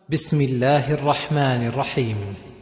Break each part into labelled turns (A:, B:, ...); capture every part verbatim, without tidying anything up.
A: بسم الله الرحمن الرحيم.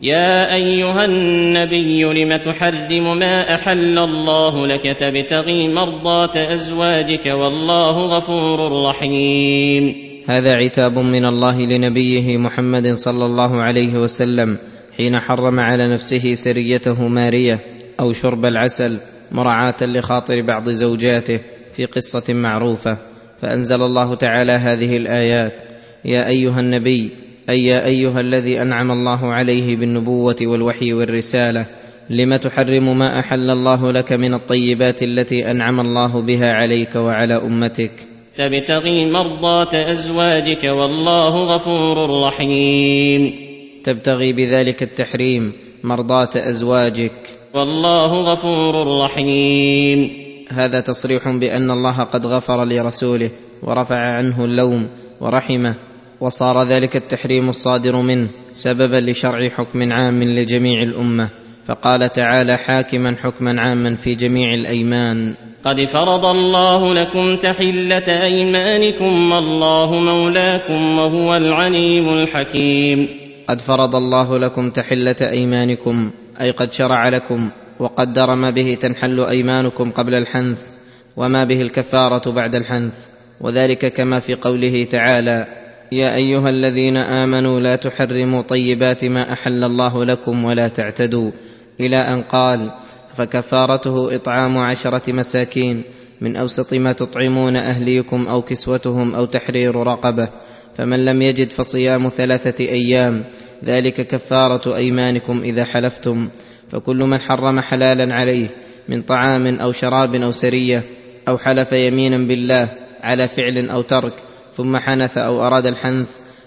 B: يا أيها النبي لم تحرم ما أحل الله لك تبتغي مرضات أزواجك والله غفور رحيم.
C: هذا عتاب من الله لنبيه محمد صلى الله عليه وسلم حين حرم على نفسه سريته مارية أو شرب العسل مراعاة لخاطر بعض زوجاته في قصة معروفة، فأنزل الله تعالى هذه الآيات: يا أيها النبي، أي يا أيها الذي أنعم الله عليه بالنبوة والوحي والرسالة، لم تحرم ما أحل الله لك من الطيبات التي أنعم الله بها عليك وعلى أمتك
B: تبتغي مرضات أزواجك والله غفور رحيم.
C: تبتغي بذلك التحريم مرضاة أزواجك
B: والله غفور رحيم.
C: هذا تصريح بأن الله قد غفر لرسوله ورفع عنه اللوم ورحمه، وصار ذلك التحريم الصادر منه سببا لشرع حكم عام لجميع الأمة، فقال تعالى حاكما حكما عاما في جميع الأيمان:
B: قد فرض الله لكم تحلة أيمانكم والله مولاكم وهو العليم الحكيم.
C: قد فرض الله لكم تحلة أيمانكم، أي قد شرع لكم وقدر ما به تنحل أيمانكم قبل الحنث وما به الكفارة بعد الحنث، وذلك كما في قوله تعالى: يا أيها الذين آمنوا لا تحرموا طيبات ما أحل الله لكم ولا تعتدوا، إلى أن قال: فكفارته إطعام عشرة مساكين من أوسط ما تطعمون أهليكم أو كسوتهم أو تحرير رقبة، فمن لم يجد فصيام ثلاثة أيام، ذلك كفارة أيمانكم إذا حلفتم. فكل من حرم حلالا عليه من طعام أو شراب أو سرية أو حلف يمينا بالله على فعل أو ترك ثم حنث أو أراد الحنث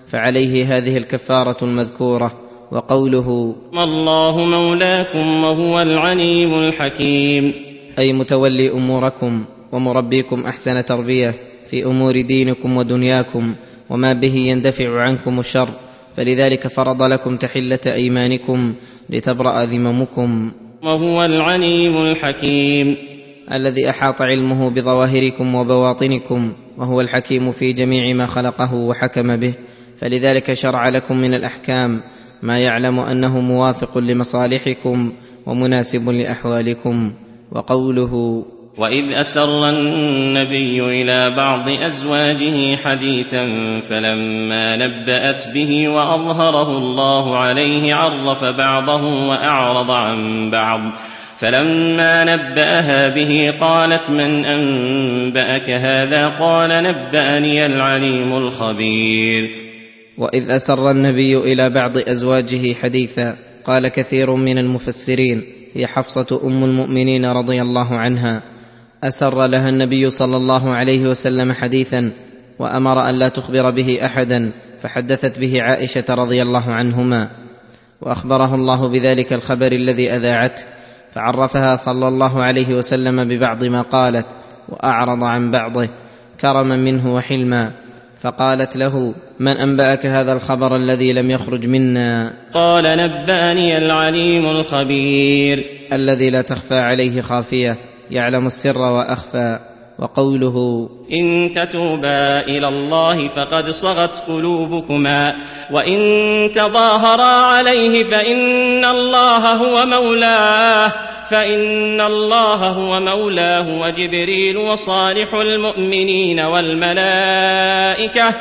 C: فعليه هذه الكفارة المذكورة. وقوله:
B: والله مولاكم وهو العليم الحكيم،
C: أي متولي أموركم ومربيكم أحسن تربية في أمور دينكم ودنياكم وما به يندفع عنكم الشر، فلذلك فرض لكم تحلة أيمانكم لتبرأ ذممكم.
B: وهو العليم الحكيم،
C: الذي أحاط علمه بظواهركم وبواطنكم، وهو الحكيم في جميع ما خلقه وحكم به، فلذلك شرع لكم من الأحكام ما يعلم أنه موافق لمصالحكم ومناسب لأحوالكم. وقوله:
B: وإذ أسر النبي إلى بعض أزواجه حديثا فلما نبأت به وأظهره الله عليه عرف بعضه وأعرض عن بعض، فلما نبأها به قالت: من أنبأك هذا؟ قال: نبأني العليم الخبير.
C: وإذ أسر النبي إلى بعض أزواجه حديثا، قال كثير من المفسرين هي حفصة أم المؤمنين رضي الله عنها، أسر لها النبي صلى الله عليه وسلم حديثا وأمر أن لا تخبر به أحدا، فحدثت به عائشة رضي الله عنهما، وأخبره الله بذلك الخبر الذي أذاعته، فعرفها صلى الله عليه وسلم ببعض ما قالت وأعرض عن بعضه كرما منه وحلما، فقالت له: من أنبأك هذا الخبر الذي لم يخرج منا؟
B: قال: نبأني العليم الخبير،
C: الذي لا تخفى عليه خافية، يعلم السر وأخفى. وقوله:
B: إن تتوبا إلى الله فقد صغت قلوبكما وإن تظاهرا عليه فإن الله هو مولاه فإن الله هو مولاه وجبريل وصالح المؤمنين والملائكة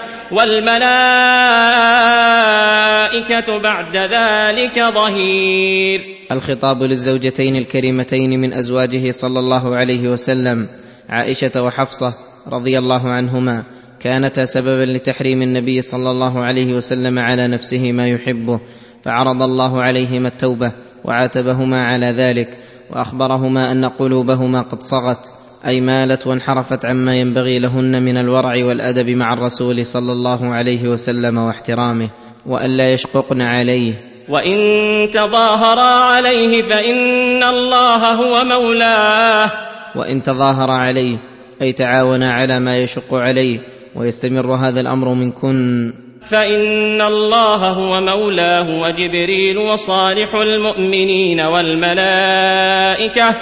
B: والملائكة بعد ذلك ظهير.
C: الخطاب للزوجتين الكريمتين من أزواجه صلى الله عليه وسلم عائشة وحفصة رضي الله عنهما، كانتا سببا لتحريم النبي صلى الله عليه وسلم على نفسه ما يحبه، فعرض الله عليهما التوبة وعاتبهما على ذلك، وأخبرهما أن قلوبهما قد صغت، أي مالت وانحرفت عما ينبغي لهن من الورع والأدب مع الرسول صلى الله عليه وسلم واحترامه، وأن لا يشققن عليه.
B: وإن تظاهرا عليه فإن الله هو مولاه.
C: وإن تظاهر عليه أي تعاون على ما يشق عليه ويستمر هذا الأمر منكن،
B: فإن الله هو مولاه وجبريل وصالح المؤمنين والملائكة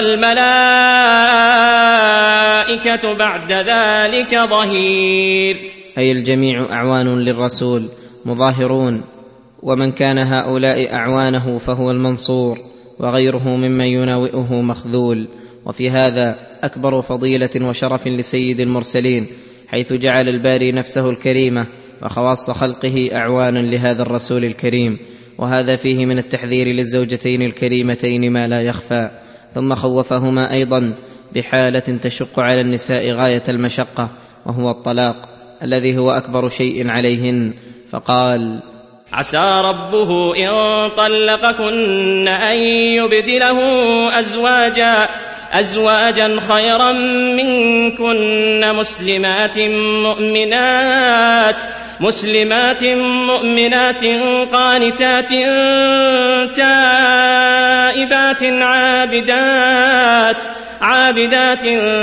B: والملائكة بعد ذلك ظهير،
C: أي الجميع أعوان للرسول مظاهرون، ومن كان هؤلاء أعوانه فهو المنصور، وغيره ممن يناوئه مخذول. وفي هذا أكبر فضيلة وشرف لسيد المرسلين، حيث جعل الباري نفسه الكريمة وخواص خلقه أعوانا لهذا الرسول الكريم، وهذا فيه من التحذير للزوجتين الكريمتين ما لا يخفى. ثم خوفهما أيضا بحالة تشق على النساء غاية المشقة، وهو الطلاق الذي هو أكبر شيء عليهن، فقال:
B: عسى ربه إن طلقكن أن يبدله أزواجا أزواجا خيرا منكن مسلمات مؤمنات مسلمات مؤمنات قانتات تائبات عابدات عابدات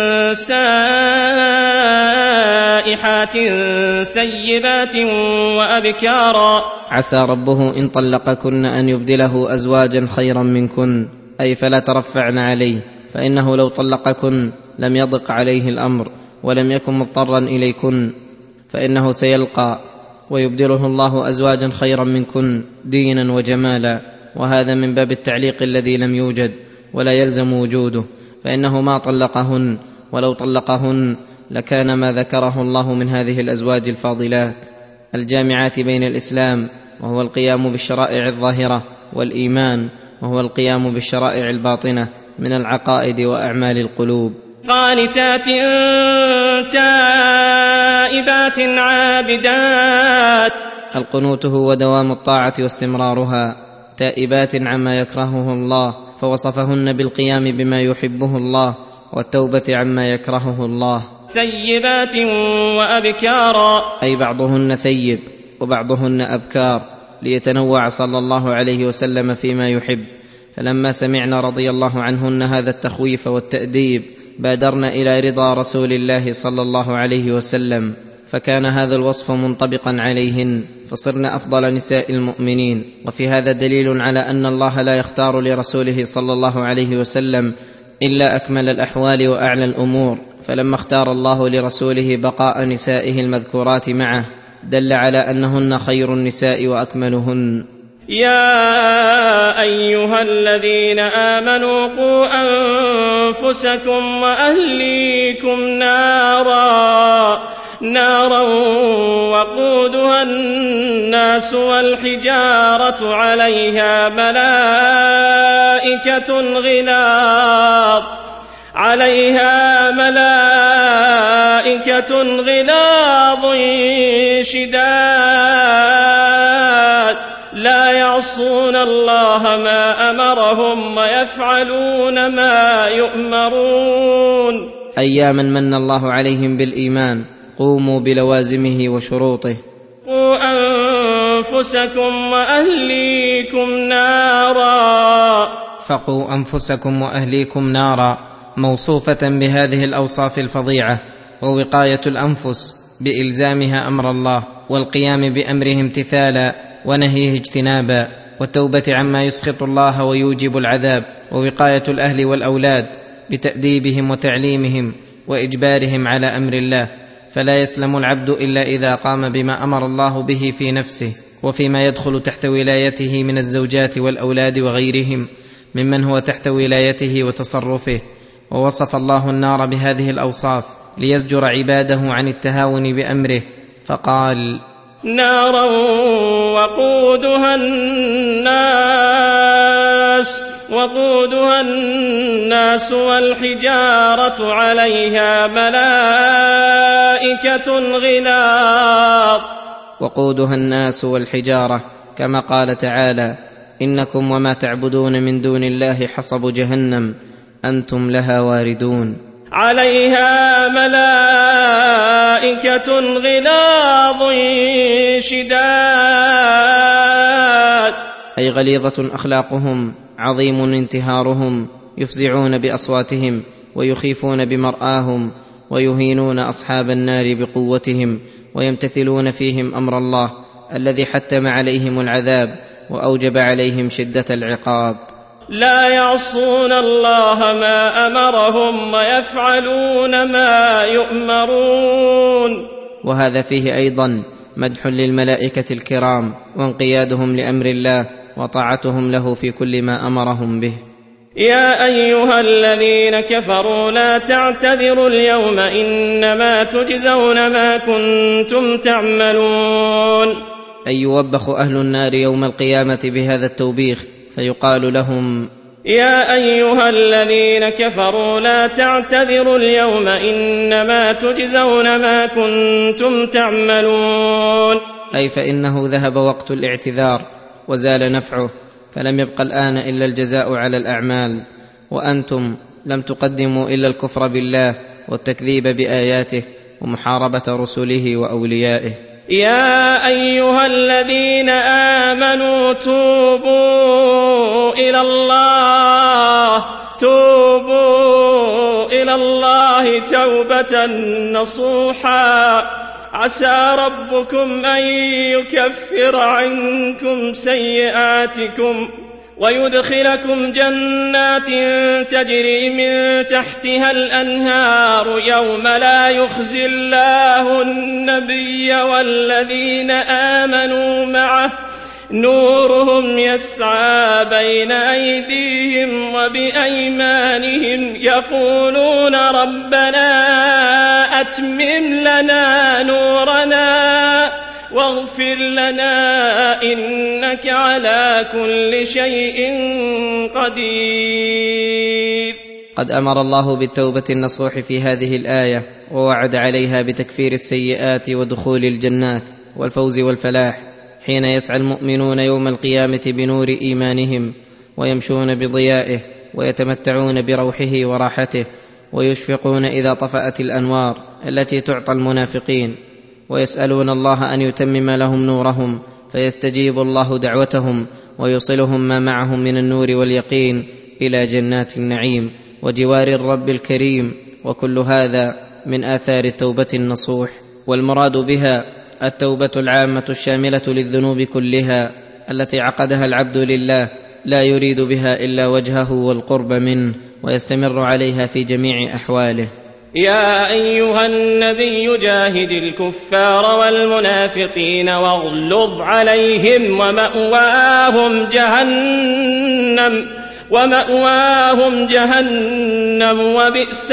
B: سائحات ثيبات وأبكارا.
C: عسى ربه إن طلقكن أن يبدله أزواجا خيرا منكن، أي فلا ترفعن عليه، فإنه لو طلقكن لم يضق عليه الأمر ولم يكن مضطرا إليكن، فإنه سيلقى ويبدله الله أزواجا خيرا منكن دينا وجمالا، وهذا من باب التعليق الذي لم يوجد ولا يلزم وجوده، فإنه ما طلقهن، ولو طلقهن لكان ما ذكره الله من هذه الأزواج الفاضلات الجامعات بين الإسلام وهو القيام بالشرائع الظاهرة، والإيمان وهو القيام بالشرائع الباطنة من العقائد وأعمال القلوب.
B: قانتات تائبات عابدات.
C: القنوت هو دوام الطاعة واستمرارها، تائبات عما يكرهه الله، فوصفهن بالقيام بما يحبه الله والتوبة عما يكرهه الله.
B: ثيبات وأبكارا،
C: أي بعضهن ثيب وبعضهن أبكار، ليتنوع صلى الله عليه وسلم فيما يحب. فلما سمعنا رضي الله عنهن هذا التخويف والتأديب بادرنا إلى رضا رسول الله صلى الله عليه وسلم، فكان هذا الوصف منطبقا عليهن، فصرن أفضل نساء المؤمنين. وفي هذا دليل على أن الله لا يختار لرسوله صلى الله عليه وسلم إلا أكمل الأحوال وأعلى الأمور، فلما اختار الله لرسوله بقاء نسائه المذكورات معه دل على أنهن خير النساء وأكملهن.
B: يا أيها الذين آمنوا قوا أنفسكم وأهليكم نارا نارا وقودها الناس والحجارة عليها ملائكة غلاظ عليها ملائكة غلاظ شداد لا يعصون الله ما أمرهم ويفعلون ما يؤمرون.
C: أياما من الله عليهم بالإيمان قوموا بلوازمه وشروطه.
B: قوا أنفسكم وأهليكم نارا.
C: فقوا أنفسكم وأهليكم نارا موصوفة بهذه الأوصاف الفظيعة، ووقاية الأنفس بإلزامها أمر الله والقيام بأمره امتثالا ونهيه اجتنابا، والتوبة عما يسخط الله ويوجب العذاب، ووقاية الأهل والأولاد بتأديبهم وتعليمهم وإجبارهم على أمر الله. فلا يسلم العبد إلا إذا قام بما أمر الله به في نفسه وفيما يدخل تحت ولايته من الزوجات والأولاد وغيرهم ممن هو تحت ولايته وتصرفه. ووصف الله النار بهذه الأوصاف ليزجر عباده عن التهاون بأمره، فقال:
B: نارا وقودها الناس وقودها الناس والحجارة عليها ملائكة غلاظ.
C: وقودها الناس والحجارة، كما قال تعالى: إنكم وما تعبدون من دون الله حصب جهنم أنتم لها واردون.
B: عليها ملائكة غلاظ شداد،
C: أي غليظة أخلاقهم، عظيم انتهارهم، يفزعون بأصواتهم ويخيفون بمرآهم، ويهينون أصحاب النار بقوتهم، ويمتثلون فيهم أمر الله الذي حتم عليهم العذاب وأوجب عليهم شدة العقاب.
B: لا يعصون الله ما أمرهم ويفعلون ما يؤمرون.
C: وهذا فيه أيضا مدح للملائكه الكرام وانقيادهم لامر الله وطاعتهم له في كل ما امرهم به.
B: يا أيها الذين كفروا لا تعتذروا اليوم إنما تجزون ما كنتم تعملون.
C: أي يوبخ أهل النار يوم القيامة بهذا التوبيخ فيقال لهم:
B: يا أيها الذين كفروا لا تعتذروا اليوم إنما تجزون ما كنتم تعملون.
C: أي فإنه ذهب وقت الاعتذار وزال نفعه، فلم يبق الآن إلا الجزاء على الأعمال، وأنتم لم تقدموا إلا الكفر بالله والتكذيب بآياته ومحاربة رسله وأوليائه.
B: يا أيها الذين آمنوا توبوا إلى الله توبوا إلى الله توبة نصوحا عسى ربكم أن يكفر عنكم سيئاتكم ويدخلكم جنات تجري من تحتها الأنهار يوم لا يخزي الله النبي والذين آمنوا معه نورهم يسعى بين أيديهم وبأيمانهم يقولون ربنا أتمم لنا نورنا واغفر لنا إنك على كل شيء قدير.
C: قد أمر الله بالتوبة النصوح في هذه الآية ووعد عليها بتكفير السيئات ودخول الجنات والفوز والفلاح، حين يسعى المؤمنون يوم القيامة بنور إيمانهم ويمشون بضيائه ويتمتعون بروحه وراحته، ويشفقون إذا طفأت الأنوار التي تعطى المنافقين، ويسألون الله أن يتمم لهم نورهم فيستجيب الله دعوتهم ويوصلهم ما معهم من النور واليقين إلى جنات النعيم وجوار الرب الكريم. وكل هذا من آثار التوبة النصوح، والمراد بها التوبة العامة الشاملة للذنوب كلها التي عقدها العبد لله لا يريد بها إلا وجهه والقرب منه، ويستمر عليها في جميع أحواله.
B: يا أيها النبي جاهد الكفار والمنافقين واغلظ عليهم ومأواهم جهنم ومأواهم جهنم وبئس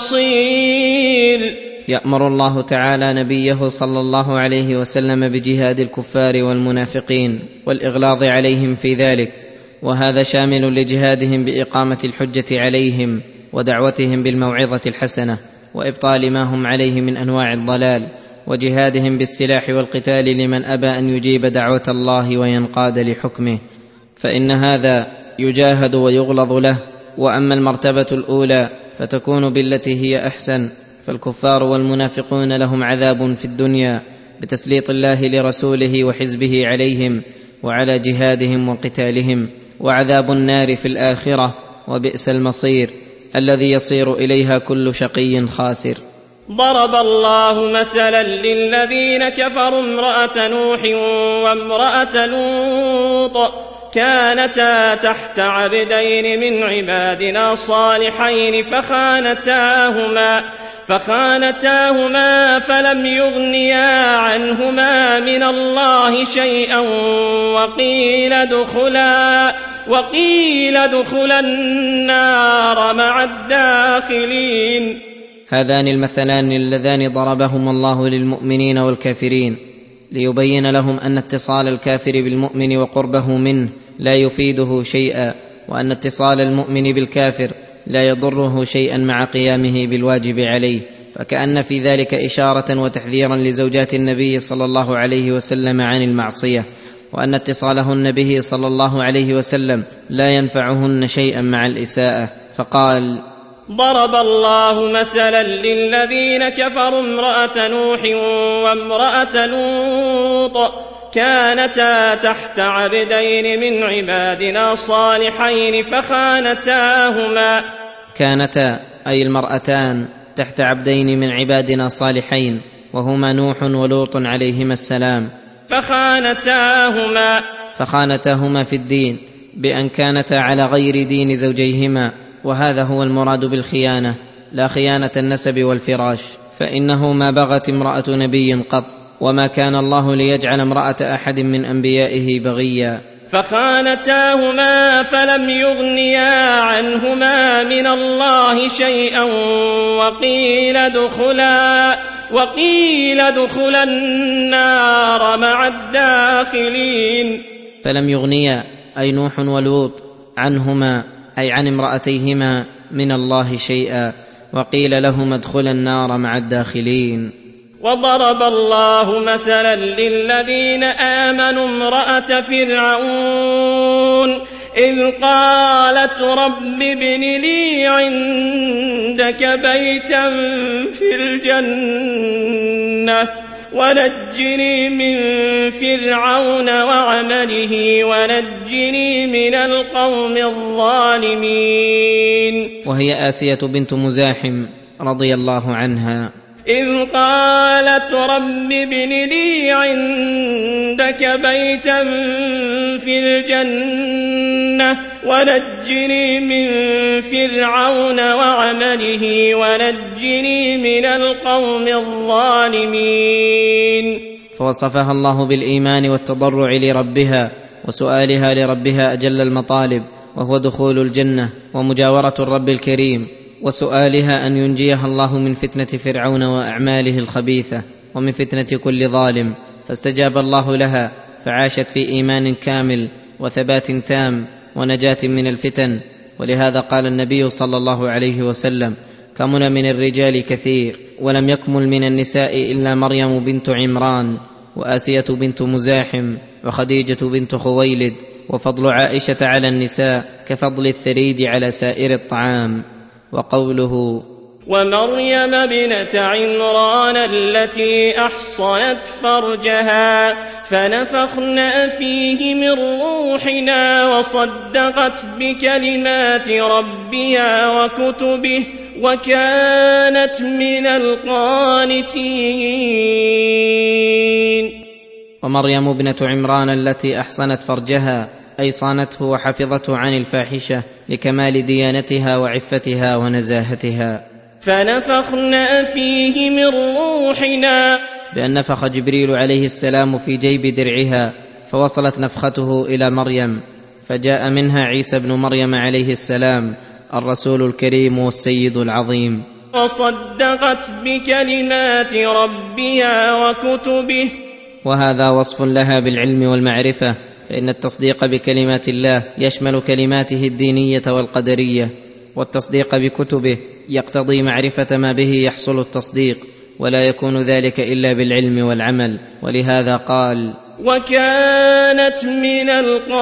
B: المصير.
C: يأمر الله تعالى نبيه صلى الله عليه وسلم بجهاد الكفار والمنافقين والإغلاظ عليهم في ذلك، وهذا شامل لجهادهم بإقامة الحجة عليهم ودعوتهم بالموعظة الحسنة وإبطال ما هم عليه من أنواع الضلال، وجهادهم بالسلاح والقتال لمن أبى أن يجيب دعوة الله وينقاد لحكمه، فإن هذا يجاهد ويغلظ له. وأما المرتبة الأولى فتكون بالتي هي أحسن، فالكفار والمنافقون لهم عذاب في الدنيا بتسليط الله لرسوله وحزبه عليهم وعلى جهادهم وقتالهم، وعذاب النار في الآخرة وبئس المصير الذي يصير إليها كل شقي خاسر.
B: ضرب الله مثلا للذين كفروا امرأة نوح وامرأة لوط كانتا تحت عبدين من عبادنا صالحين فخانتاهما فخانتاهما فلم يغنيا عنهما من الله شيئا وقيل ادخلا وقيل ادخلا النار مع الداخلين.
C: هذان المثلان اللذان ضربهما الله للمؤمنين والكافرين ليبين لهم أن اتصال الكافر بالمؤمن وقربه منه لا يفيده شيئا، وأن اتصال المؤمن بالكافر لا يضره شيئا مع قيامه بالواجب عليه، فكأن في ذلك إشارة وتحذيرا لزوجات النبي صلى الله عليه وسلم عن المعصية، وأن اتصالهن به صلى الله عليه وسلم لا ينفعهن شيئا مع الإساءة، فقال:
B: ضرب الله مثلا للذين كفروا امرأة نوح وامرأة لوط كانتا تحت عبدين من عبادنا صالحين فخانتاهما.
C: كانتا أي المرأتان تحت عبدين من عبادنا صالحين وهما نوح ولوط عليهما السلام.
B: فخانتاهما
C: فخانتاهما في الدين بأن كانتا على غير دين زوجيهما، وهذا هو المراد بالخيانة، لا خيانة النسب والفراش، فإنه ما بغت امرأة نبي قط وما كان الله ليجعل امرأة أحد من أنبيائه بغيا.
B: فخانتاهما فلم يغنيا عنهما من الله شيئا وقيل ادخلا وقيل ادخلا النار مع الداخلين.
C: فلم يغنيا أي نوح ولوط عنهما أي عن امرأتيهما من الله شيئا، وقيل لهما ادخلا النار مع الداخلين.
B: وضرب الله مثلا للذين آمنوا امرأة فرعون إذ قالت رب ابن لي عندك بيتا في الجنة ونجني من فرعون وعمله ونجني من القوم الظالمين.
C: وهي آسية بنت مزاحم رضي الله عنها.
B: إذ قالت رب ابن لي عندك بيتا في الجنة ونجني من فرعون وعمله ونجني من القوم الظالمين.
C: فوصفها الله بالإيمان والتضرع لربها وسؤالها لربها أجل المطالب، وهو دخول الجنة ومجاورة الرب الكريم، وسؤالها أن ينجيها الله من فتنة فرعون وأعماله الخبيثة ومن فتنة كل ظالم، فاستجاب الله لها فعاشت في إيمان كامل وثبات تام ونجاة من الفتن. ولهذا قال النبي صلى الله عليه وسلم: كمل من الرجال كثير ولم يكمل من النساء إلا مريم بنت عمران وآسية بنت مزاحم وخديجة بنت خويلد، وفضل عائشة على النساء كفضل الثريد على سائر الطعام. وقوله:
B: ومريم ابنة عمران التي أحصنت فرجها فنفخنا فيه من روحنا وصدقت بكلمات ربها وكتبه وكانت من القانتين.
C: ومريم ابنة عمران التي أحصنت فرجها أي صانته وحفظته عن الفاحشة لكمال ديانتها وعفتها ونزاهتها.
B: فنفخنا فيه من روحنا
C: بأن نفخ جبريل عليه السلام في جيب درعها فوصلت نفخته إلى مريم، فجاء منها عيسى بن مريم عليه السلام الرسول الكريم والسيد العظيم.
B: وصدقت بكلمات ربها وكتبه.
C: وهذا وصف لها بالعلم والمعرفة، فإن التصديق بكلمات الله يشمل كلماته الدينية والقدرية، والتصديق بكتبه يقتضي معرفة ما به يحصل التصديق، ولا يكون ذلك إلا بالعلم والعمل. ولهذا قال:
B: وكانت من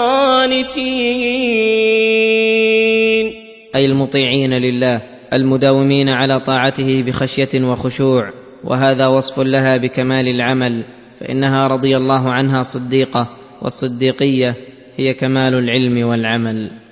B: القانتين،
C: أي المطيعين لله المداومين على طاعته بخشية وخشوع. وهذا وصف لها بكمال العمل، فإنها رضي الله عنها صديقة، والصديقية هي كمال العلم والعمل.